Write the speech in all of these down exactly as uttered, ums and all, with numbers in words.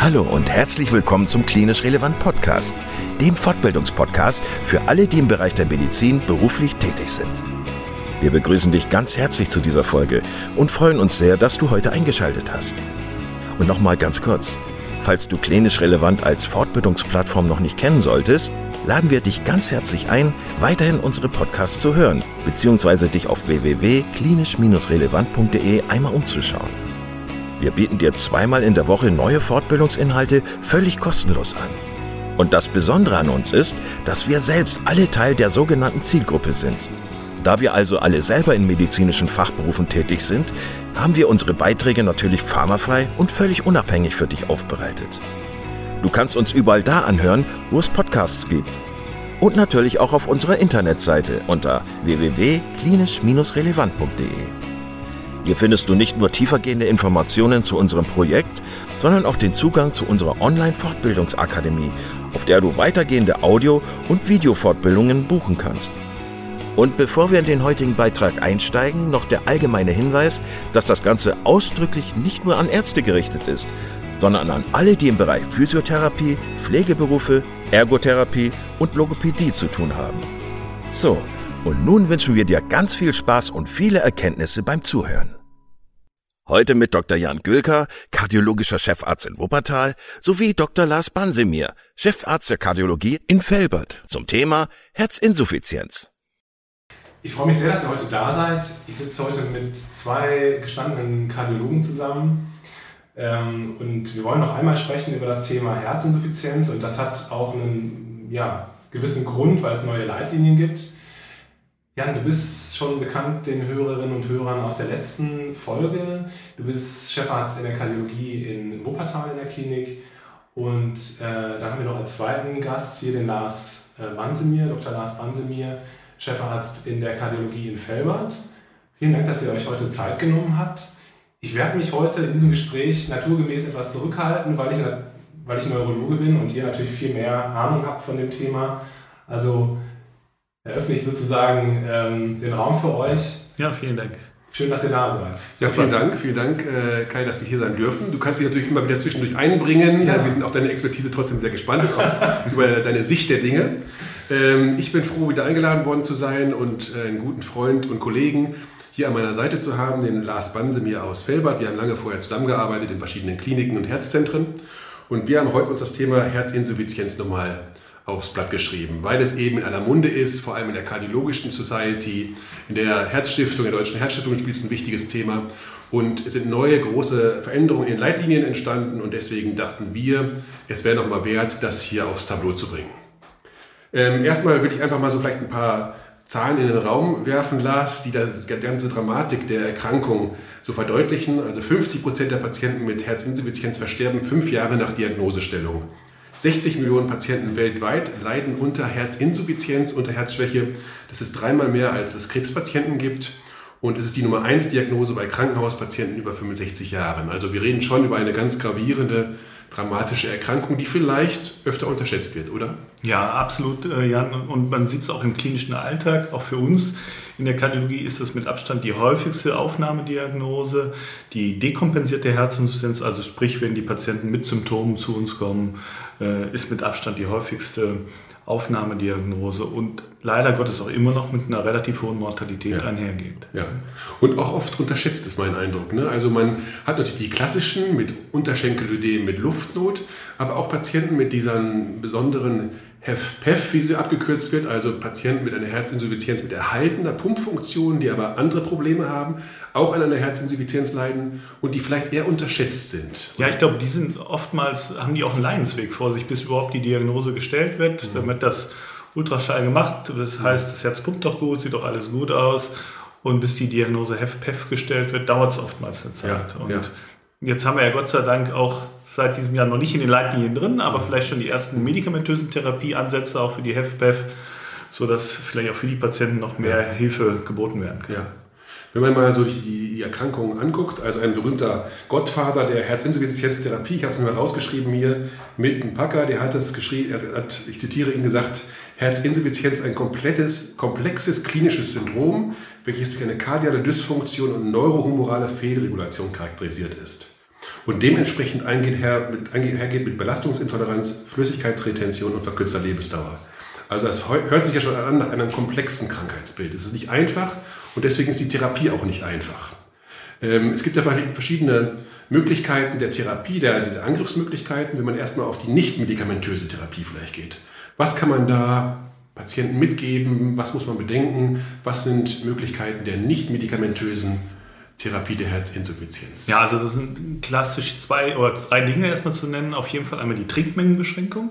Hallo und herzlich willkommen zum Klinisch Relevant Podcast, dem Fortbildungspodcast für alle, die im Bereich der Medizin beruflich tätig sind. Wir begrüßen dich ganz herzlich zu dieser Folge und freuen uns sehr, dass du heute eingeschaltet hast. Und nochmal ganz kurz, falls du Klinisch Relevant als Fortbildungsplattform noch nicht kennen solltest, laden wir dich ganz herzlich ein, weiterhin unsere Podcasts zu hören, beziehungsweise dich auf w w w punkt klinisch relevant punkt de einmal umzuschauen. Wir bieten dir zweimal in der Woche neue Fortbildungsinhalte völlig kostenlos an. Und das Besondere an uns ist, dass wir selbst alle Teil der sogenannten Zielgruppe sind. Da wir also alle selber in medizinischen Fachberufen tätig sind, haben wir unsere Beiträge natürlich pharmafrei und völlig unabhängig für dich aufbereitet. Du kannst uns überall da anhören, wo es Podcasts gibt. Und natürlich auch auf unserer Internetseite unter w w w punkt klinisch relevant punkt de. Hier findest du nicht nur tiefergehende Informationen zu unserem Projekt, sondern auch den Zugang zu unserer Online-Fortbildungsakademie, auf der du weitergehende Audio- und Videofortbildungen buchen kannst. Und bevor wir in den heutigen Beitrag einsteigen, noch der allgemeine Hinweis, dass das Ganze ausdrücklich nicht nur an Ärzte gerichtet ist, sondern an alle, die im Bereich Physiotherapie, Pflegeberufe, Ergotherapie und Logopädie zu tun haben. So, und nun wünschen wir dir ganz viel Spaß und viele Erkenntnisse beim Zuhören. Heute mit Doktor Jan Gülker, kardiologischer Chefarzt in Wuppertal, sowie Doktor Lars Bansemir, Chefarzt der Kardiologie in Velbert, zum Thema Herzinsuffizienz. Ich freue mich sehr, dass ihr heute da seid. Ich sitze heute mit zwei gestandenen Kardiologen zusammen. Ähm, und wir wollen noch einmal sprechen über das Thema Herzinsuffizienz. Und das hat auch einen ja, gewissen Grund, weil es neue Leitlinien gibt. Jan, du bist schon bekannt den Hörerinnen und Hörern aus der letzten Folge. Du bist Chefarzt in der Kardiologie in Wuppertal in der Klinik. Und äh, dann haben wir noch als zweiten Gast hier den Lars äh, Bansemir, Doktor Lars Bansemir, Chefarzt in der Kardiologie in Velbert. Vielen Dank, dass ihr euch heute Zeit genommen habt. Ich werde mich heute in diesem Gespräch naturgemäß etwas zurückhalten, weil ich, weil ich Neurologe bin und ihr natürlich viel mehr Ahnung habt von dem Thema. Also eröffne ich sozusagen ähm, den Raum für euch. Ja, vielen Dank. Schön, dass ihr da seid. Ja, vielen Dank, vielen Dank, äh, Kai, dass wir hier sein dürfen. Du kannst dich natürlich immer wieder zwischendurch einbringen. Ja. Wir sind auf deine Expertise trotzdem sehr gespannt und auch über deine Sicht der Dinge. Ähm, ich bin froh, wieder eingeladen worden zu sein und äh, einen guten Freund und Kollegen hier an meiner Seite zu haben, den Lars Bansemir aus Velbert. Wir haben lange vorher zusammengearbeitet in verschiedenen Kliniken und Herzzentren. Und wir haben heute uns das Thema Herzinsuffizienz nochmal aufs Blatt geschrieben, weil es eben in aller Munde ist, vor allem in der Kardiologischen Society, in der Herzstiftung, der Deutschen Herzstiftung spielt es ein wichtiges Thema. Und es sind neue große Veränderungen in den Leitlinien entstanden und deswegen dachten wir, es wäre nochmal wert, das hier aufs Tableau zu bringen. Ähm, erstmal würde ich einfach mal so vielleicht ein paar Zahlen in den Raum werfen, Lars, die das, die ganze Dramatik der Erkrankung so verdeutlichen. Also fünfzig Prozent der Patienten mit Herzinsuffizienz versterben fünf Jahre nach Diagnosestellung. sechzig Millionen Patienten weltweit leiden unter Herzinsuffizienz, unter Herzschwäche. Das ist dreimal mehr, als es Krebspatienten gibt. Und es ist die Nummer eins Diagnose bei Krankenhauspatienten über fünfundsechzig Jahren. Also wir reden schon über eine ganz gravierende, dramatische Erkrankung, die vielleicht öfter unterschätzt wird, oder? Ja, absolut, Jan. Und man sieht es auch im klinischen Alltag, auch für uns. In der Kardiologie ist das mit Abstand die häufigste Aufnahmediagnose. Die dekompensierte Herzinsuffizienz, also sprich, wenn die Patienten mit Symptomen zu uns kommen, ist mit Abstand die häufigste Aufnahmediagnose und leider Gottes auch immer noch mit einer relativ hohen Mortalität ja. einhergeht. Ja. Und auch oft unterschätzt ist mein Eindruck. Ne? Also man hat natürlich die klassischen mit Unterschenkelödem, mit Luftnot, aber auch Patienten mit diesen besonderen H E F P E F, wie sie abgekürzt wird, also Patienten mit einer Herzinsuffizienz mit erhaltener Pumpfunktion, die aber andere Probleme haben, auch an einer Herzinsuffizienz leiden und die vielleicht eher unterschätzt sind. Ja, ich glaube, die sind oftmals, haben die auch einen Leidensweg vor sich, bis überhaupt die Diagnose gestellt wird. Mhm. Damit das Ultraschall gemacht, das heißt, das Herz pumpt doch gut, sieht doch alles gut aus und bis die Diagnose H E F P E F gestellt wird, dauert es oftmals eine Zeit. Ja, und ja. Jetzt haben wir ja Gott sei Dank auch seit diesem Jahr noch nicht in den Leitlinien drin, aber vielleicht schon die ersten medikamentösen Therapieansätze auch für die H E F P E F, sodass vielleicht auch für die Patienten noch mehr ja. Hilfe geboten werden kann. Ja. Wenn man mal so die, die Erkrankungen anguckt, also ein berühmter Gottvater der Herzinsuffizienztherapie, ich habe es mir mal rausgeschrieben hier, Milton Packer, der hat das geschrieben, er hat, ich zitiere ihn gesagt, Herzinsuffizienz ist ein komplettes, komplexes klinisches Syndrom, welches durch eine kardiale Dysfunktion und neurohumorale Fehlregulation charakterisiert ist. und dementsprechend einhergeht mit, einhergeht mit Belastungsintoleranz, Flüssigkeitsretention und verkürzter Lebensdauer. Also das hört sich ja schon an nach einem komplexen Krankheitsbild. Es ist nicht einfach und deswegen ist die Therapie auch nicht einfach. Ähm, es gibt ja verschiedene Möglichkeiten der Therapie, der, diese Angriffsmöglichkeiten, wenn man erstmal auf die nicht-medikamentöse Therapie vielleicht geht. Was kann man da Patienten mitgeben? Was muss man bedenken? Was sind Möglichkeiten der nicht-medikamentösen Therapie der Herzinsuffizienz? Ja, also das sind klassisch zwei oder drei Dinge erstmal zu nennen. Auf jeden Fall einmal die Trinkmengenbeschränkung,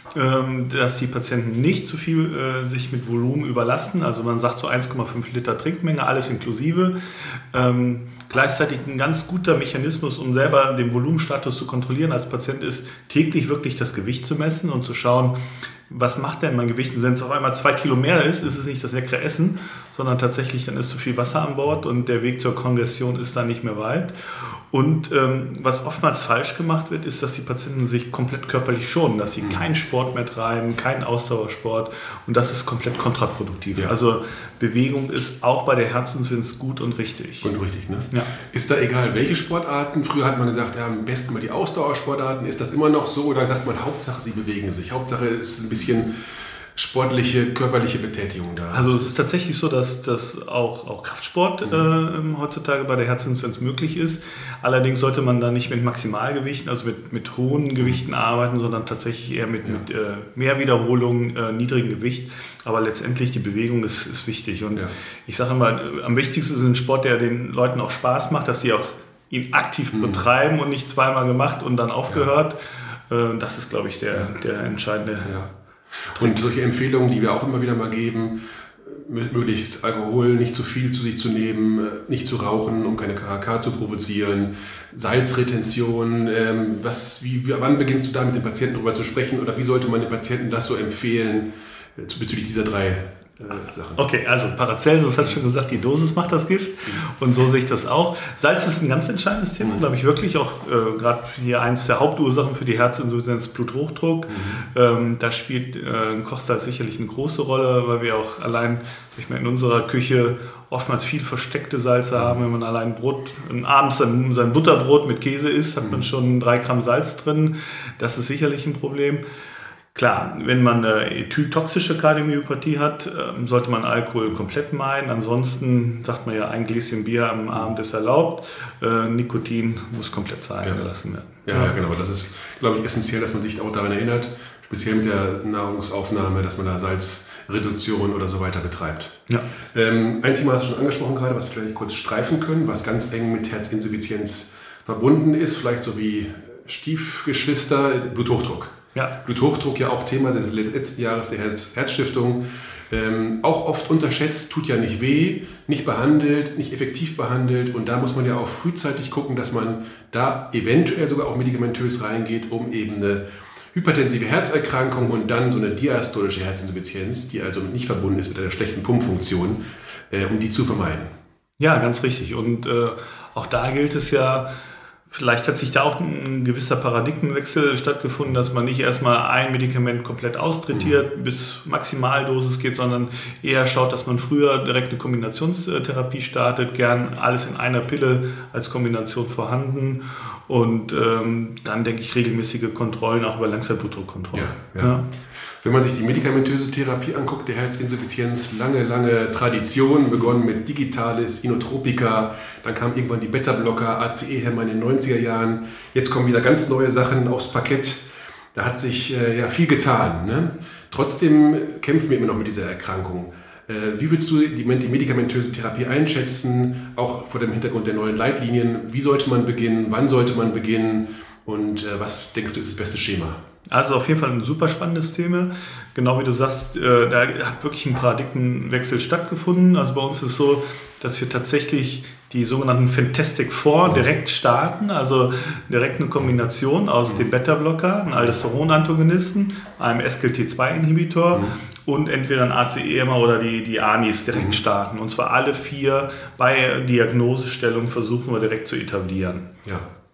dass die Patienten nicht zu viel äh, sich mit Volumen überlasten. Also man sagt so eins Komma fünf Liter Trinkmenge, alles inklusive. Ähm, gleichzeitig ein ganz guter Mechanismus, um selber den Volumenstatus zu kontrollieren als Patient ist, täglich wirklich das Gewicht zu messen und zu schauen, was macht denn mein Gewicht? Und wenn es auf einmal zwei Kilo mehr ist, ist es nicht das leckere Essen, sondern tatsächlich dann ist zu viel Wasser an Bord und der Weg zur Kongestion ist dann nicht mehr weit. Und ähm, was oftmals falsch gemacht wird, ist, dass die Patienten sich komplett körperlich schonen, dass sie mhm. keinen Sport mehr treiben, keinen Ausdauersport und das ist komplett kontraproduktiv. Ja. Also Bewegung ist auch bei der Herzinsuffizienz gut und richtig. Und richtig, ne? Ja. Ist da egal, welche Sportarten? Früher hat man gesagt, ja, am besten mal die Ausdauersportarten. Ist das immer noch so oder sagt man, Hauptsache sie bewegen sich? Hauptsache ist ein bisschen sportliche, körperliche Betätigung da. Also es ist tatsächlich so, dass, dass auch, auch Kraftsport mhm. äh, heutzutage bei der Herzinsuffizienz möglich ist. Allerdings sollte man da nicht mit Maximalgewichten, also mit, mit hohen Gewichten arbeiten, sondern tatsächlich eher mit, ja. mit äh, mehr Wiederholungen, äh, niedrigem Gewicht. Aber letztendlich die Bewegung ist, ist wichtig. Und ja. ich sage immer, am wichtigsten ist ein Sport, der den Leuten auch Spaß macht, dass sie auch ihn aktiv mhm. betreiben und nicht zweimal gemacht und dann aufgehört. Ja. Äh, das ist, glaube ich, der, ja. der entscheidende ja. Und solche Empfehlungen, die wir auch immer wieder mal geben, möglichst Alkohol nicht zu viel zu sich zu nehmen, nicht zu rauchen, um keine K H K zu provozieren, Salzretention, ähm, was, wie, wann beginnst du da mit den Patienten darüber zu sprechen oder wie sollte man den Patienten das so empfehlen bezüglich dieser drei Sachen? Okay, also Paracelsus hat schon gesagt, die Dosis macht das Gift und so sehe ich das auch. Salz ist ein ganz entscheidendes Thema, glaube ich wirklich, auch äh, gerade hier eins der Hauptursachen für die Herzinsuffizienz, Bluthochdruck. Mhm. Ähm, da spielt äh, Kochsalz sicherlich eine große Rolle, weil wir auch allein sag ich mal, in unserer Küche oftmals viel versteckte Salze mhm. haben. Wenn man allein Brot, abends sein, sein Butterbrot mit Käse isst, hat man schon drei Gramm Salz drin. Das ist sicherlich ein Problem. Klar, wenn man eine ethyltoxische Kardiomyopathie hat, sollte man Alkohol komplett meiden. Ansonsten sagt man ja, ein Gläschen Bier am Abend ist erlaubt. Nikotin muss komplett sein ja. gelassen werden. Ja, ja, genau. Das ist, glaube ich, essentiell, dass man sich auch daran erinnert, speziell mit der Nahrungsaufnahme, dass man da Salzreduktion oder so weiter betreibt. Ja. Ähm, ein Thema hast du schon angesprochen gerade, was wir vielleicht kurz streifen können, was ganz eng mit Herzinsuffizienz verbunden ist, vielleicht so wie Stiefgeschwister, Bluthochdruck. Ja. Bluthochdruck ja auch Thema des letzten Jahres der Herz- Herzstiftung. Ähm, auch oft unterschätzt, tut ja nicht weh, nicht behandelt, nicht effektiv behandelt. Und da muss man ja auch frühzeitig gucken, dass man da eventuell sogar auch medikamentös reingeht, um eben eine hypertensive Herzerkrankung und dann so eine diastolische Herzinsuffizienz, die also nicht verbunden ist mit einer schlechten Pumpfunktion, äh, um die zu vermeiden. Ja, ganz richtig. Und äh, auch da gilt es ja, vielleicht hat sich da auch ein gewisser Paradigmenwechsel stattgefunden, dass man nicht erstmal ein Medikament komplett austrittiert, mhm. bis Maximaldosis geht, sondern eher schaut, dass man früher direkt eine Kombinationstherapie startet, gern alles in einer Pille als Kombination vorhanden und ähm, dann denke ich regelmäßige Kontrollen, auch über Langzeitblutdruckkontrollen. Ja, ja. Ja. Wenn man sich die medikamentöse Therapie anguckt, der Herzinsuffizienz, lange, lange Tradition, begonnen mit Digitalis, Inotropika, dann kamen irgendwann die Beta-Blocker, A C E-Hämmer in den neunziger Jahren, jetzt kommen wieder ganz neue Sachen aufs Parkett, da hat sich äh, ja viel getan. Ne? Trotzdem kämpfen wir immer noch mit dieser Erkrankung. Äh, wie würdest du die, die medikamentöse Therapie einschätzen, auch vor dem Hintergrund der neuen Leitlinien? Wie sollte man beginnen, wann sollte man beginnen und äh, was denkst du ist das beste Schema? Also auf jeden Fall ein super spannendes Thema. Genau wie du sagst, äh, da hat wirklich ein Paradigmenwechsel stattgefunden. Also bei uns ist es so, dass wir tatsächlich die sogenannten Fantastic Four direkt starten, also direkt eine Kombination aus dem Beta-Blocker, einem Aldosteron-Antagonisten, einem S G L T zwei Inhibitor mhm. und entweder ein A C E-Hämmer oder die, die A N I S direkt mhm. starten. Und zwar alle vier bei Diagnosestellung versuchen wir direkt zu etablieren. Ja.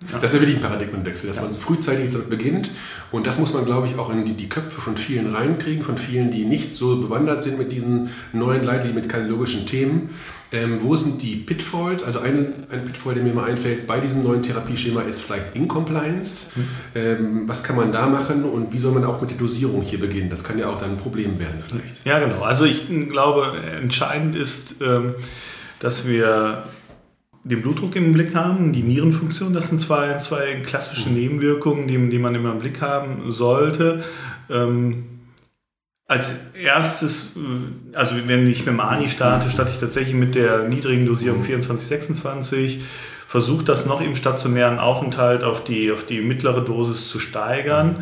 Ja. Das ist ja wirklich ein Paradigmenwechsel, dass ja. man frühzeitig damit beginnt. Und das muss man, glaube ich, auch in die, die Köpfe von vielen reinkriegen, von vielen, die nicht so bewandert sind mit diesen neuen Leitlinien, mit kardiologischen Themen. Ähm, wo sind die Pitfalls? Also ein, ein Pitfall, der mir mal einfällt, bei diesem neuen Therapieschema ist vielleicht Incompliance. Mhm. Ähm, was kann man da machen und wie soll man auch mit der Dosierung hier beginnen? Das kann ja auch dann ein Problem werden vielleicht. Ja, genau. Also ich glaube, entscheidend ist, ähm, dass wir den Blutdruck im Blick haben, die Nierenfunktion. Das sind zwei, zwei klassische mhm. Nebenwirkungen, die, die man immer im Blick haben sollte. Ähm, Als erstes, also wenn ich mit dem A N I starte, starte ich tatsächlich mit der niedrigen Dosierung vierundzwanzig sechsundzwanzig, versuche das noch im stationären Aufenthalt auf die, auf die mittlere Dosis zu steigern.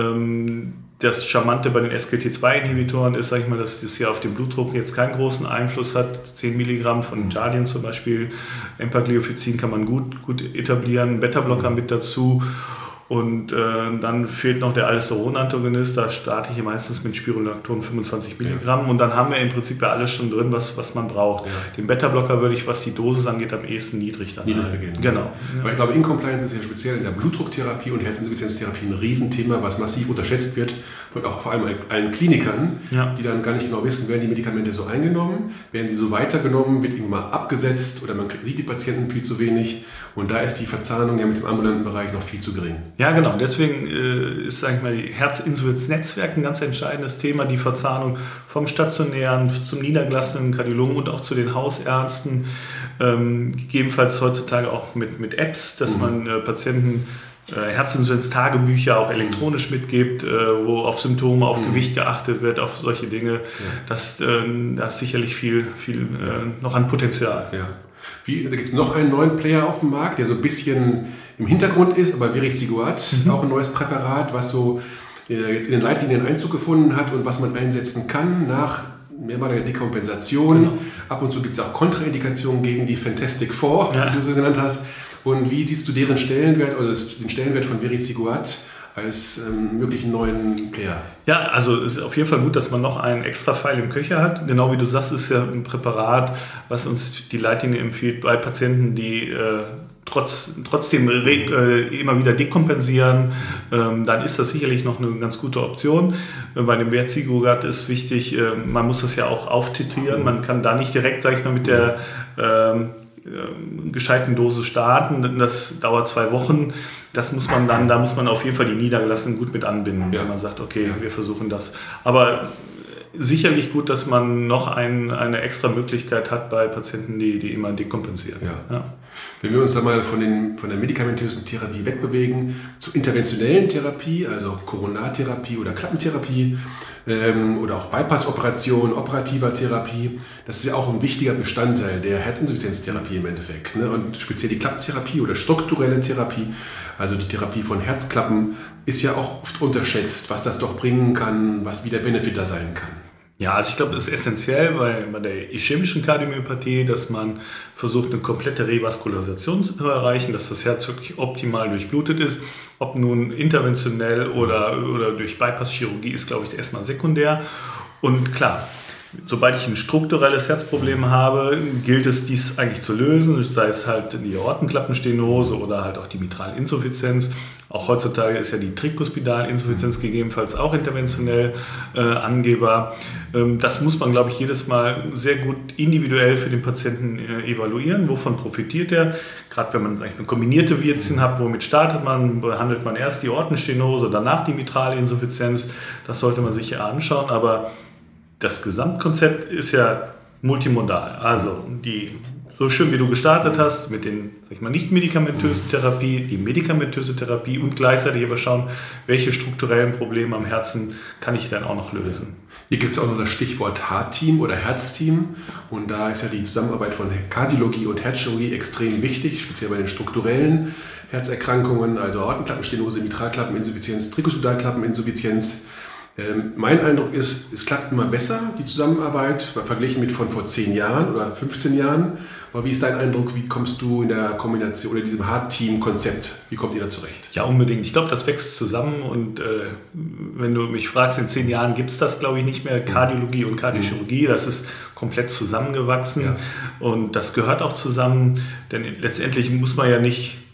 Das Charmante bei den S G L T zwei Inhibitoren ist, sage ich mal, dass das ja auf den Blutdruck jetzt keinen großen Einfluss hat. zehn Milligramm von Jardian zum Beispiel, Empagliflozin kann man gut, gut etablieren, Beta-Blocker mit dazu. Und äh, dann fehlt noch der Aldosteron-Antagonist, da starte ich meistens mit Spironolacton fünfundzwanzig Milligramm und dann haben wir im Prinzip ja alles schon drin, was, was man braucht. Ja. Den Beta-Blocker würde ich, was die Dosis angeht, am ehesten niedrig dann niedrig beginnen. Genau. Ja. Aber ich glaube, Incompliance ist ja speziell in der Blutdrucktherapie und Herzinsuffizienztherapie ein Riesenthema, was massiv unterschätzt wird, von auch vor allem allen Klinikern, ja. die dann gar nicht genau wissen, werden die Medikamente so eingenommen, werden sie so weitergenommen, wird irgendwann mal abgesetzt oder man sieht die Patienten viel zu wenig und da ist die Verzahnung ja mit dem ambulanten Bereich noch viel zu gering. Ja, genau. Deswegen äh, ist, sag ich mal, die Herzinsuffizienznetzwerk ein ganz entscheidendes Thema, die Verzahnung vom stationären zum niedergelassenen Kardiologen und auch zu den Hausärzten. Ähm, gegebenenfalls heutzutage auch mit, mit Apps, dass mhm. man äh, Patienten äh, Herzinsuffizienz-Tagebücher auch elektronisch mitgibt, äh, wo auf Symptome, auf mhm. Gewicht geachtet wird, auf solche Dinge. Ja. Das, äh, da ist sicherlich viel, viel äh, noch an Potenzial. Ja. Wie, da gibt es noch einen neuen Player auf dem Markt, der so ein bisschen im Hintergrund ist, aber Vericiguat, mhm. auch ein neues Präparat, was so äh, jetzt in den Leitlinien Einzug gefunden hat und was man einsetzen kann nach mehrmaliger Dekompensation. Genau. Ab und zu gibt es auch Kontraindikationen gegen die Fantastic Four, ja. wie du sie genannt hast. Und wie siehst du deren Stellenwert oder den Stellenwert von Vericiguat als ähm, möglichen neuen Player? Ja, also es ist auf jeden Fall gut, dass man noch einen extra Pfeil im Köcher hat. Genau wie du sagst, ist ja ein Präparat, was uns die Leitlinie empfiehlt bei Patienten, die äh, trotz, trotzdem re, äh, immer wieder dekompensieren. Ähm, dann ist das sicherlich noch eine ganz gute Option. Äh, bei dem Vericiguat ist wichtig, äh, man muss das ja auch auftitrieren. Man kann da nicht direkt, sag ich mal, mit der äh, gescheiten Dosis starten. Das dauert zwei Wochen. Das muss man dann, da muss man auf jeden Fall die Niedergelassenen gut mit anbinden, ja. wenn man sagt, okay, ja. wir versuchen das. Aber sicherlich gut, dass man noch ein, eine extra Möglichkeit hat bei Patienten, die, die immer dekompensieren. Ja. Ja. Wenn wir uns da mal von, den, von der medikamentösen Therapie wegbewegen zur interventionellen Therapie, also Koronartherapie oder Klappentherapie ähm, oder auch Bypass-Operation, operativer Therapie, das ist ja auch ein wichtiger Bestandteil der Herzinsuffizienztherapie im Endeffekt. Ne? Und speziell die Klappentherapie oder strukturelle Therapie, also die Therapie von Herzklappen, ist ja auch oft unterschätzt, was das doch bringen kann, was wie der Benefit da sein kann. Ja, also ich glaube, es ist essentiell bei, bei der ischämischen Kardiomyopathie, dass man versucht, eine komplette Revaskularisation zu erreichen, dass das Herz wirklich optimal durchblutet ist. Ob nun interventionell oder, oder durch Bypass-Chirurgie ist, glaube ich, erstmal sekundär. Und klar, sobald ich ein strukturelles Herzproblem habe, gilt es, dies eigentlich zu lösen, sei es halt die Aortenklappenstenose oder halt auch die Mitralinsuffizienz. Auch heutzutage ist ja die Trikuspidalinsuffizienz gegebenenfalls auch interventionell äh, angehbar. Ähm, das muss man, glaube ich, jedes Mal sehr gut individuell für den Patienten äh, evaluieren. Wovon profitiert er? Gerade wenn man vielleicht eine kombinierte Vizien hat, womit startet man? Behandelt man erst die Aortenstenose, danach die Mitralinsuffizienz? Das sollte man sich ja anschauen. Aber das Gesamtkonzept ist ja multimodal. Also die so schön wie du gestartet hast mit den, sag ich mal, nicht medikamentösen Therapie, die medikamentöse Therapie und gleichzeitig aber schauen, welche strukturellen Probleme am Herzen kann ich dann auch noch lösen. Hier gibt es auch noch das Stichwort Heart-Team oder Herzteam und da ist ja die Zusammenarbeit von Kardiologie und Herzchirurgie extrem wichtig, speziell bei den strukturellen Herzerkrankungen, also Aortenklappenstenose, Mitralklappeninsuffizienz, Trikospidalklappeninsuffizienz. Ähm, mein Eindruck ist, es klappt immer besser, die Zusammenarbeit, verglichen mit von vor zehn Jahren oder fünfzehn Jahren. Aber wie ist dein Eindruck, wie kommst du in der Kombination oder diesem Hard-Team-Konzept, wie kommt ihr da zurecht? Ja, unbedingt. Ich glaube, das wächst zusammen und äh, wenn du mich fragst, in zehn Jahren gibt es das, glaube ich, nicht mehr, Kardiologie und Kardiochirurgie, das ist komplett zusammengewachsen ja. und das gehört auch zusammen, denn letztendlich muss man ja nicht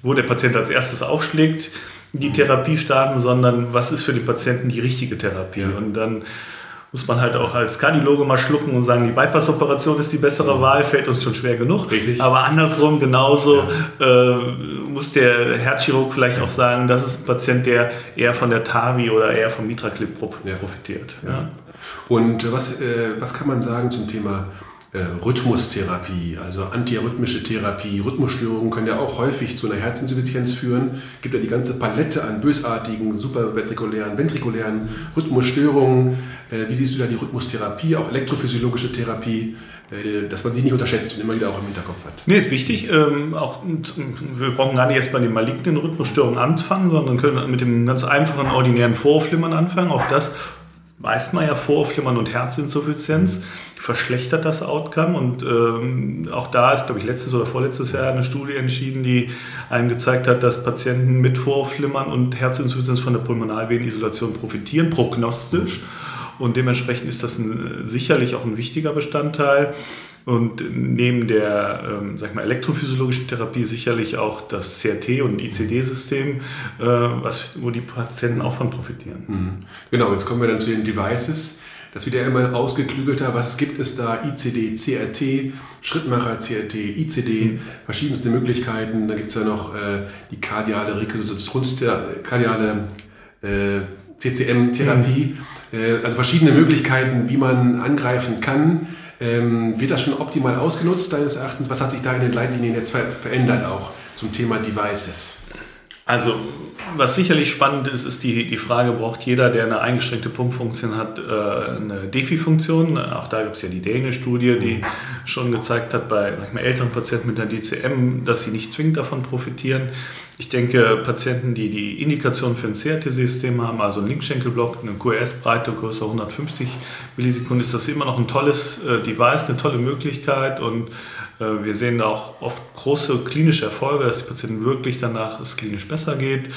wo der Patient als erstes aufschlägt, die Therapie starten, sondern was ist für den Patienten die richtige Therapie. Ja. Und dann muss man halt auch als Kardiologe mal schlucken und sagen, die Bypass-Operation ist die bessere Wahl, fällt uns schon schwer genug. Richtig. Aber andersrum genauso ja. äh, muss der Herzchirurg vielleicht auch sagen, das ist ein Patient, der eher von der T A V I oder eher vom MitraClip profitiert. Ja. Ja. Und was, äh, was kann man sagen zum Thema äh, Rhythmustherapie, also antiarrhythmische Therapie? Rhythmusstörungen können ja auch häufig zu einer Herzinsuffizienz führen. Es gibt ja die ganze Palette an bösartigen, supraventrikulären, ventrikulären Rhythmusstörungen. Äh, wie siehst du da die Rhythmustherapie, auch elektrophysiologische Therapie, äh, dass man sie nicht unterschätzt und immer wieder auch im Hinterkopf hat? Nee, ist wichtig. Ähm, auch, wir brauchen gar nicht erst bei den malignen Rhythmusstörungen anfangen, sondern können mit dem ganz einfachen ordinären Vorhofflimmern anfangen. Auch das weiß man ja, Vorhofflimmern und Herzinsuffizienz verschlechtert das Outcome und ähm, auch da ist, glaube ich, letztes oder vorletztes Jahr eine Studie entschieden, die einem gezeigt hat, dass Patienten mit Vorhofflimmern und Herzinsuffizienz von der Pulmonalvenenisolation profitieren, prognostisch, und dementsprechend ist das ein, sicherlich auch ein wichtiger Bestandteil. Und neben der ähm, sag ich mal, elektrophysiologischen Therapie sicherlich auch das C R T- und I C D-System, äh, was, wo die Patienten auch von profitieren. Mhm. Genau, jetzt kommen wir dann zu den Devices. Das wird ja immer ausgeklügelter. Was gibt es da? I C D, C R T, Schrittmacher, C R T, I C D, mhm. verschiedenste Möglichkeiten. Da gibt es ja noch äh, die kardiale Rekonstruktions, kardiale äh, C C M-Therapie. Mhm. Äh, also verschiedene Möglichkeiten, wie man angreifen kann. Ähm, wird das schon optimal ausgenutzt, deines Erachtens? Was hat sich da in den Leitlinien jetzt ver- verändert auch zum Thema Devices? Also, was sicherlich spannend ist, ist die, die Frage, braucht jeder, der eine eingeschränkte Pumpfunktion hat, äh, eine Defi-Funktion? Auch da gibt es ja die Däne-Studie, die schon gezeigt hat, bei sag ich mal, älteren Patienten mit einer D C M, dass sie nicht zwingend davon profitieren. Ich denke, Patienten, die die Indikation für ein C R T-System haben, also einen Linkschenkelblock, eine Q R S-Breite größer hundertfünfzig Millisekunden, ist das immer noch ein tolles äh, Device, eine tolle Möglichkeit, und äh, wir sehen da auch oft große klinische Erfolge, dass die Patienten wirklich danach es klinisch besser geht.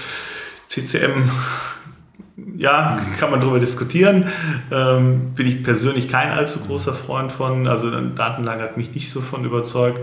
C C M, ja, kann man darüber diskutieren, ähm, bin ich persönlich kein allzu großer Freund von, also eine Datenlage hat mich nicht so von überzeugt.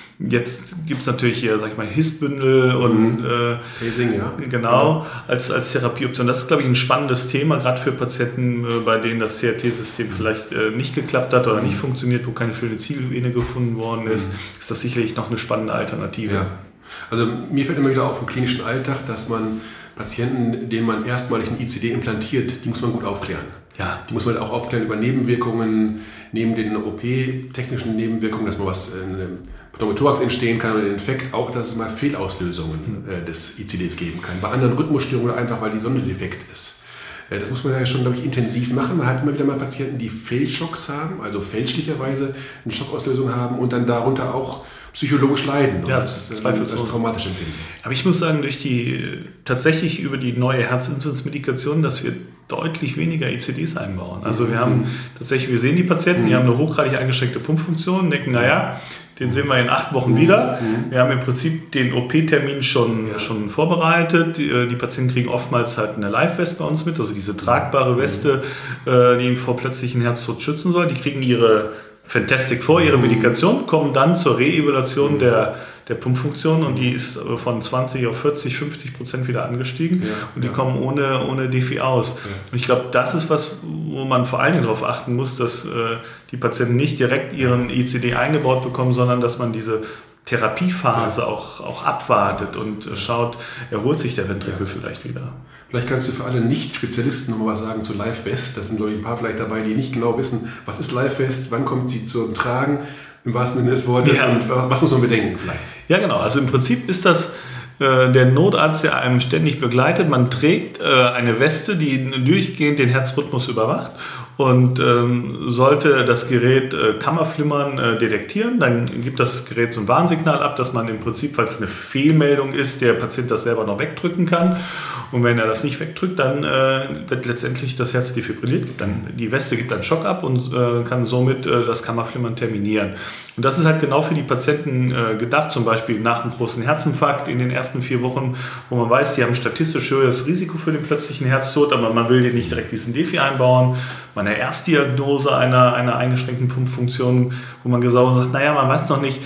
Jetzt gibt es natürlich hier, sag ich mal, His-Bündel und äh, Pacing, ja. Genau, als, als Therapieoption. Das ist, glaube ich, ein spannendes Thema, gerade für Patienten, äh, bei denen das C R T-System vielleicht äh, nicht geklappt hat oder nicht funktioniert, wo keine schöne Zielvene gefunden worden ist, ist das sicherlich noch eine spannende Alternative. Ja. Also mir fällt immer wieder auf im klinischen Alltag, dass man Patienten, denen man erstmalig ein I C D implantiert, die muss man gut aufklären. Ja. Die muss man auch aufklären über Nebenwirkungen, neben den O P-technischen Nebenwirkungen, dass man was in Pneumothorax entstehen kann oder den Infekt, auch dass es mal Fehlauslösungen äh, des I C Ds geben kann. Bei anderen Rhythmusstörungen einfach, weil die Sonde defekt ist. Äh, das muss man ja schon, glaube ich, intensiv machen. Man hat immer wieder mal Patienten, die Fehlschocks haben, also fälschlicherweise eine Schockauslösung haben und dann darunter auch psychologisch leiden. Ja, das ist das traumatisch empfinden. Aber ich muss sagen, durch die tatsächlich über die neue Herzinsuffizienzmedikation, dass wir deutlich weniger I C Ds einbauen. Also wir haben tatsächlich, wir sehen die Patienten, die haben eine hochgradig eingeschränkte Pumpfunktion, denken, naja, den sehen wir in acht Wochen wieder. Wir haben im Prinzip den O P-Termin schon, ja. schon vorbereitet. Die, die Patienten kriegen oftmals halt eine Live-Weste bei uns mit, also diese tragbare Weste, die ihn vor plötzlichen Herztod schützen soll. Die kriegen ihre Fantastic vor, ihre Medikation, kommen dann zur Re-Evaluation der, der Pumpfunktion, und die ist von zwanzig auf vierzig, fünfzig Prozent wieder angestiegen, ja, und die ja. kommen ohne, ohne Defi aus. Ja. Und ich glaube, das ist was, wo man vor allen Dingen darauf achten muss, dass äh, die Patienten nicht direkt ihren I C D eingebaut bekommen, sondern dass man diese Therapiephase ja. auch, auch abwartet und äh, schaut, erholt sich der Ventrikel ja. vielleicht wieder. Vielleicht kannst du für alle Nicht-Spezialisten nochmal was sagen zu Live-Vest. Da sind glaube ich ein paar vielleicht dabei, die nicht genau wissen, was ist Live-Vest, wann kommt sie zum Tragen, im wahrsten Sinne des Wortes, ja. und was muss man bedenken vielleicht? Ja, genau. Also im Prinzip ist das äh, der Notarzt, der einem ständig begleitet. Man trägt äh, eine Weste, die durchgehend den Herzrhythmus überwacht. Und ähm, sollte das Gerät äh, Kammerflimmern äh, detektieren, dann gibt das Gerät so ein Warnsignal ab, dass man im Prinzip, falls eine Fehlmeldung ist, der Patient das selber noch wegdrücken kann. Und wenn er das nicht wegdrückt, dann äh, wird letztendlich das Herz defibrilliert. Gibt dann, die Weste gibt einen Schock ab und äh, kann somit äh, das Kammerflimmern terminieren. Und das ist halt genau für die Patienten äh, gedacht, zum Beispiel nach einem großen Herzinfarkt in den ersten vier Wochen, wo man weiß, die haben statistisch höheres Risiko für den plötzlichen Herztod, aber man will den nicht direkt diesen Defi einbauen. Bei einer Erstdiagnose einer, einer eingeschränkten Pumpfunktion, wo man genau sagt, naja, man weiß noch nicht,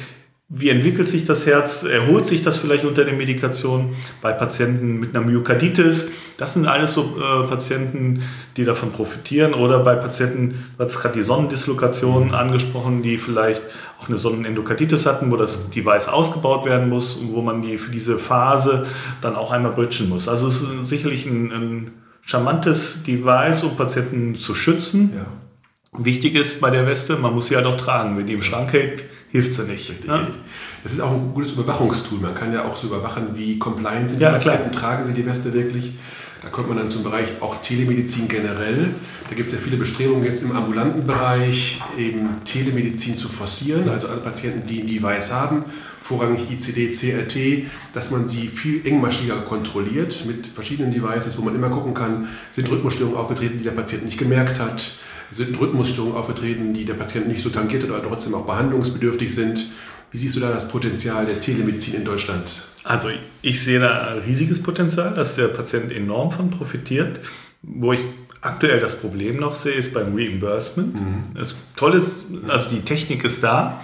Wie entwickelt sich das Herz? Erholt sich das vielleicht unter den Medikationen? Bei Patienten mit einer Myokarditis, das sind alles so äh, Patienten, die davon profitieren. Oder bei Patienten, du hast gerade die Sonnendislokation angesprochen, die vielleicht auch eine Sonnenendokarditis hatten, wo das Device ausgebaut werden muss und wo man die für diese Phase dann auch einmal bridgen muss. Also es ist sicherlich ein, ein charmantes Device, um Patienten zu schützen. Ja. Wichtig ist bei der Weste, man muss sie halt auch tragen. Wenn die im Schrank hält, hilft sie nicht. Richtig, ja? richtig. Das ist auch ein gutes Überwachungstool. Man kann ja auch so überwachen, wie compliant sind die ja, Patienten, tragen sie die Weste wirklich. Da kommt man dann zum Bereich auch Telemedizin generell. Da gibt es ja viele Bestrebungen jetzt im ambulanten Bereich, eben Telemedizin zu forcieren. Also alle Patienten, die ein Device haben, vorrangig I C D, C R T, dass man sie viel engmaschiger kontrolliert mit verschiedenen Devices, wo man immer gucken kann, sind Rhythmusstörungen aufgetreten, die der Patient nicht gemerkt hat, sind Rhythmusstörungen aufgetreten, die der Patient nicht so tangiert hat, aber trotzdem auch behandlungsbedürftig sind. Wie siehst du da das Potenzial der Telemedizin in Deutschland? Also ich sehe da ein riesiges Potenzial, dass der Patient enorm von profitiert. Wo ich aktuell das Problem noch sehe, ist beim Reimbursement. Mhm. Das Tolle ist, also die Technik ist da,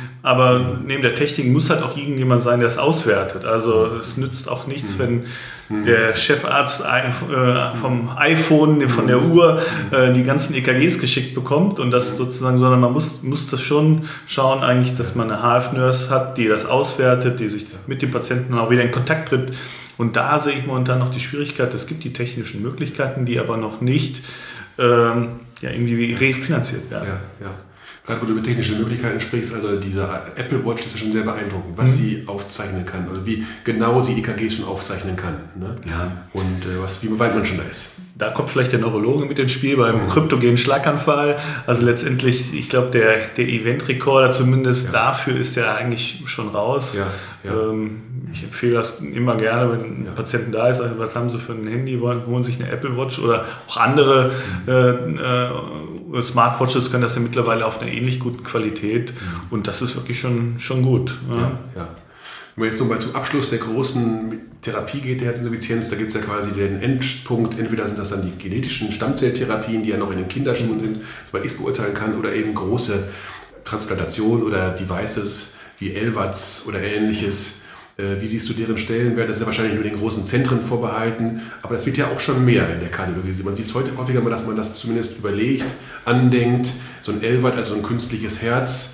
aber neben der Technik muss halt auch irgendjemand sein, der es auswertet. Also es nützt auch nichts, wenn der Chefarzt vom iPhone, von der Uhr die ganzen E K Gs geschickt bekommt und das sozusagen, sondern man muss, muss das schon schauen eigentlich, dass man eine H F-Nurse hat, die das auswertet, die sich mit dem Patienten auch wieder in Kontakt tritt. Und da sehe ich momentan noch die Schwierigkeit, es gibt die technischen Möglichkeiten, die aber noch nicht ähm, ja, irgendwie refinanziert werden. Ja, ja. Gerade wo du über technische Möglichkeiten sprichst, also dieser Apple Watch, das ist schon sehr beeindruckend, was mhm. sie aufzeichnen kann, oder wie genau sie E K Gs schon aufzeichnen kann. Ne? Ja. Und äh, was, wie weit man schon da ist. Da kommt vielleicht der Neurologe mit ins Spiel beim mhm. kryptogenen Schlaganfall. Also letztendlich, ich glaube, der, der Event-Recorder zumindest ja. dafür ist ja eigentlich schon raus. Ja. Ja. Ähm, ich empfehle das immer gerne, wenn ein ja. Patient da ist, also was haben sie für ein Handy, holen sich eine Apple Watch oder auch andere mhm. äh, äh, Smartwatches können das ja mittlerweile auf einer ähnlich guten Qualität mhm. und das ist wirklich schon, schon gut. Ja. Ja, ja. Wenn man jetzt nochmal zum Abschluss der großen Therapie geht, der Herzinsuffizienz, da gibt es ja quasi den Endpunkt, entweder sind das dann die genetischen Stammzelltherapien, die ja noch in den Kinderschuhen sind, soweit ich es beurteilen kann, oder eben große Transplantationen oder Devices wie L V A Ds oder ähnliches. Wie siehst du deren Stellenwert? Das ist ja wahrscheinlich nur den großen Zentren vorbehalten, aber das wird ja auch schon mehr in der Kardiologie. Man sieht es heute häufiger mal, dass man das zumindest überlegt, andenkt, so ein L V A D, also ein künstliches Herz.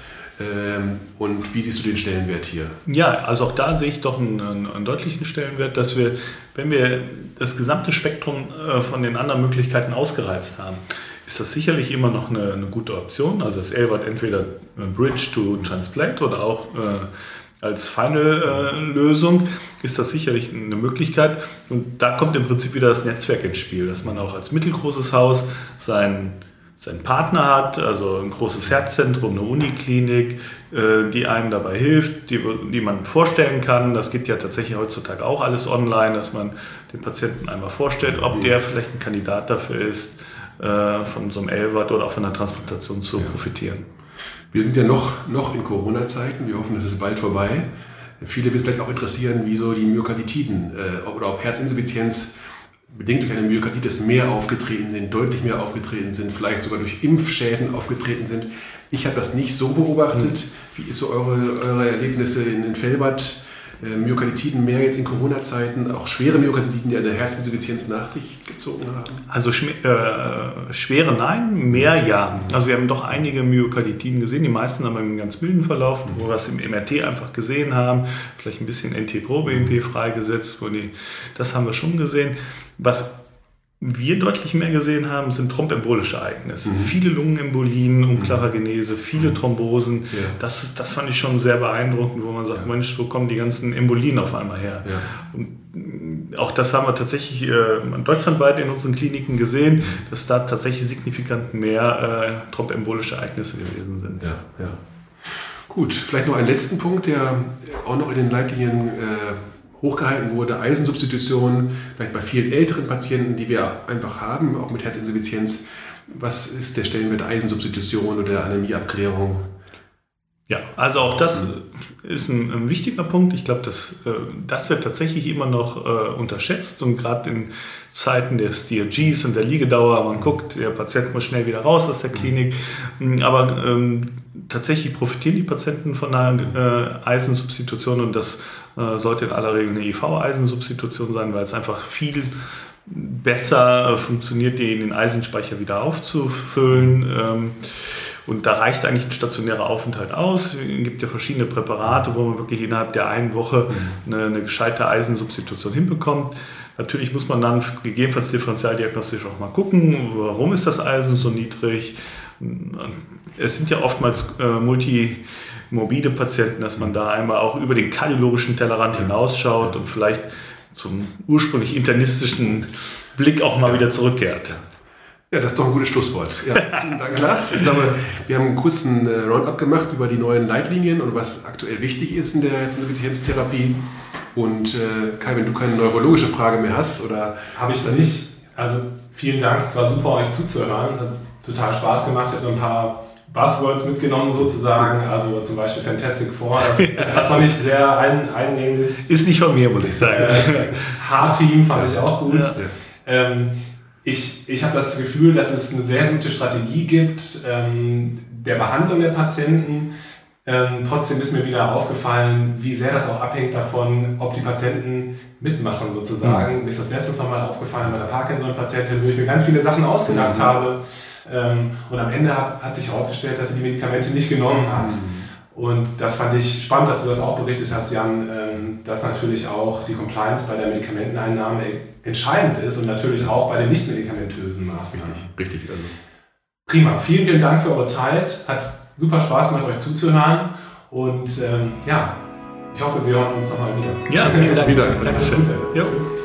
Und wie siehst du den Stellenwert hier? Ja, also auch da sehe ich doch einen, einen deutlichen Stellenwert, dass wir, wenn wir das gesamte Spektrum von den anderen Möglichkeiten ausgereizt haben, ist das sicherlich immer noch eine, eine gute Option. Also das L V A D entweder Bridge to Transplant oder auch äh, als Final-Lösung äh, ist das sicherlich eine Möglichkeit. Und da kommt im Prinzip wieder das Netzwerk ins Spiel, dass man auch als mittelgroßes Haus sein seinen Partner hat, also ein großes Herzzentrum, eine Uniklinik, die einem dabei hilft, die, die man vorstellen kann. Das geht ja tatsächlich heutzutage auch alles online, dass man den Patienten einmal vorstellt, ob der vielleicht ein Kandidat dafür ist, von so einem L V A D oder auch von einer Transplantation zu ja. profitieren. Wir sind ja noch, noch in Corona-Zeiten, wir hoffen, es ist bald vorbei. Viele wird vielleicht auch interessieren, wieso die Myokarditiden äh, oder auch Herzinsuffizienz bedingt durch eine Myokarditis mehr aufgetreten sind, deutlich mehr aufgetreten sind, vielleicht sogar durch Impfschäden aufgetreten sind. Ich habe das nicht so beobachtet. Wie ist so eure, eure Erlebnisse in, in Velbert? Äh, Myokarditiden mehr jetzt in Corona-Zeiten, auch schwere Myokarditiden, die eine Herzinsuffizienz nach sich gezogen haben? Also äh, schwere nein, mehr ja. Also wir haben doch einige Myokarditiden gesehen, die meisten haben einen ganz milden Verlauf, wo wir es im M R T einfach gesehen haben, vielleicht ein bisschen N T-Pro B N P freigesetzt, wo die, das haben wir schon gesehen. Was wir deutlich mehr gesehen haben, sind thrombembolische Ereignisse. Mhm. Viele Lungenembolien, unklarer Genese, viele Thrombosen. Ja. Das, das fand ich schon sehr beeindruckend, wo man sagt, ja. Mensch, wo kommen die ganzen Embolien auf einmal her? Ja. Und auch das haben wir tatsächlich äh, deutschlandweit in unseren Kliniken gesehen, dass da tatsächlich signifikant mehr äh, thrombembolische Ereignisse gewesen sind. Ja, ja. Gut, vielleicht noch einen letzten Punkt, der auch noch in den Leitlinien äh, hochgehalten wurde, Eisensubstitution, vielleicht bei vielen älteren Patienten, die wir einfach haben, auch mit Herzinsuffizienz. Was ist der Stellenwert der Eisensubstitution oder der Anämieabklärung? Ja, also auch das ist ein, ein wichtiger Punkt. Ich glaube, das, das wird tatsächlich immer noch äh, unterschätzt und gerade in Zeiten des D R Gs und der Liegedauer, man guckt, der Patient muss schnell wieder raus aus der Klinik, aber ähm, tatsächlich profitieren die Patienten von einer äh, Eisensubstitution und das äh, sollte in aller Regel eine I V-Eisensubstitution sein, weil es einfach viel besser äh, funktioniert, den, den Eisenspeicher wieder aufzufüllen. Ähm, Und da reicht eigentlich ein stationärer Aufenthalt aus. Es gibt ja verschiedene Präparate, wo man wirklich innerhalb der einen Woche eine, eine gescheite Eisensubstitution hinbekommt. Natürlich muss man dann gegebenenfalls differentialdiagnostisch auch mal gucken, warum ist das Eisen so niedrig. Es sind ja oftmals äh, multimorbide Patienten, dass man da einmal auch über den kardiologischen Tellerrand hinausschaut und vielleicht zum ursprünglich internistischen Blick auch mal wieder zurückkehrt. Ja, das ist doch ein gutes Schlusswort. Ja, vielen Dank, Lars. Ich glaube, wir haben einen kurzen äh, Roundup gemacht über die neuen Leitlinien und was aktuell wichtig ist in der Herzinsuffizienztherapie. Und äh, Kai, wenn du keine neurologische Frage mehr hast, oder... Habe ich da nicht. Also vielen Dank, es war super, euch zuzuhören. Hat total Spaß gemacht. Ich habe so ein paar Buzzwords mitgenommen sozusagen. Also zum Beispiel Fantastic Four. Das, das fand ich sehr ein, eingänglich. Ist nicht von mir, muss ich sagen. Äh, H-Team fand ich auch gut. Ja. Ähm, Ich, ich habe das Gefühl, dass es eine sehr gute Strategie gibt ähm, der Behandlung der Patienten. Ähm, trotzdem ist mir wieder aufgefallen, wie sehr das auch abhängt davon, ob die Patienten mitmachen sozusagen. Mhm. Mir ist das letztes Mal aufgefallen bei einer Parkinson-Patientin, wo ich mir ganz viele Sachen ausgedacht mhm. habe. Ähm, und am Ende hat, hat sich herausgestellt, dass sie die Medikamente nicht genommen hat. Mhm. Und das fand ich spannend, dass du das auch berichtet hast, Jan, ähm, dass natürlich auch die Compliance bei der Medikamenteneinnahme entscheidend ist und natürlich auch bei den nicht-medikamentösen Maßnahmen. Richtig, richtig. Also. Prima, vielen, vielen Dank für eure Zeit. Hat super Spaß gemacht, euch zuzuhören. Und ähm, ja, ich hoffe, wir hören uns nochmal wieder. Ja, vielen Dank. Vielen Dank. Dankeschön. Ja.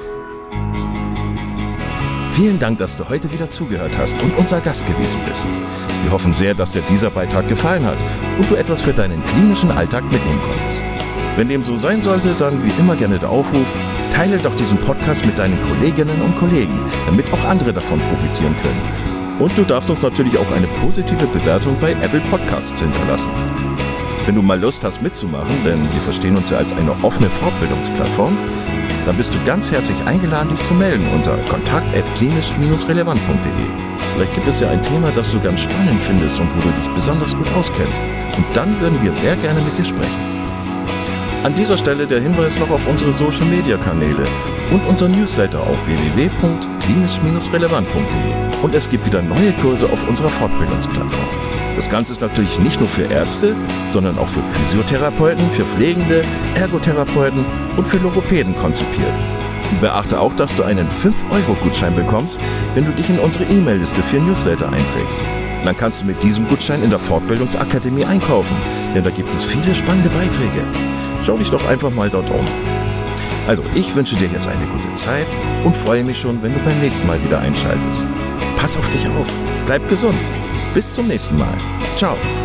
Vielen Dank, dass du heute wieder zugehört hast und unser Gast gewesen bist. Wir hoffen sehr, dass dir dieser Beitrag gefallen hat und du etwas für deinen klinischen Alltag mitnehmen konntest. Wenn dem so sein sollte, dann wie immer gerne der Aufruf, teile doch diesen Podcast mit deinen Kolleginnen und Kollegen, damit auch andere davon profitieren können. Und du darfst uns natürlich auch eine positive Bewertung bei Apple Podcasts hinterlassen. Wenn du mal Lust hast mitzumachen, denn wir verstehen uns ja als eine offene Fortbildungsplattform, dann bist du ganz herzlich eingeladen, dich zu melden unter kontakt at klinisch relevant punkt de. Vielleicht gibt es ja ein Thema, das du ganz spannend findest und wo du dich besonders gut auskennst. Und dann würden wir sehr gerne mit dir sprechen. An dieser Stelle der Hinweis noch auf unsere Social-Media-Kanäle und unser Newsletter auf w w w punkt klinisch relevant punkt de. Und es gibt wieder neue Kurse auf unserer Fortbildungsplattform. Das Ganze ist natürlich nicht nur für Ärzte, sondern auch für Physiotherapeuten, für Pflegende, Ergotherapeuten und für Logopäden konzipiert. Beachte auch, dass du einen fünf Euro Gutschein bekommst, wenn du dich in unsere E-Mail-Liste für Newsletter einträgst. Dann kannst du mit diesem Gutschein in der Fortbildungsakademie einkaufen, denn da gibt es viele spannende Beiträge. Schau dich doch einfach mal dort um. Also, ich wünsche dir jetzt eine gute Zeit und freue mich schon, wenn du beim nächsten Mal wieder einschaltest. Pass auf dich auf, bleib gesund. Bis zum nächsten Mal. Ciao.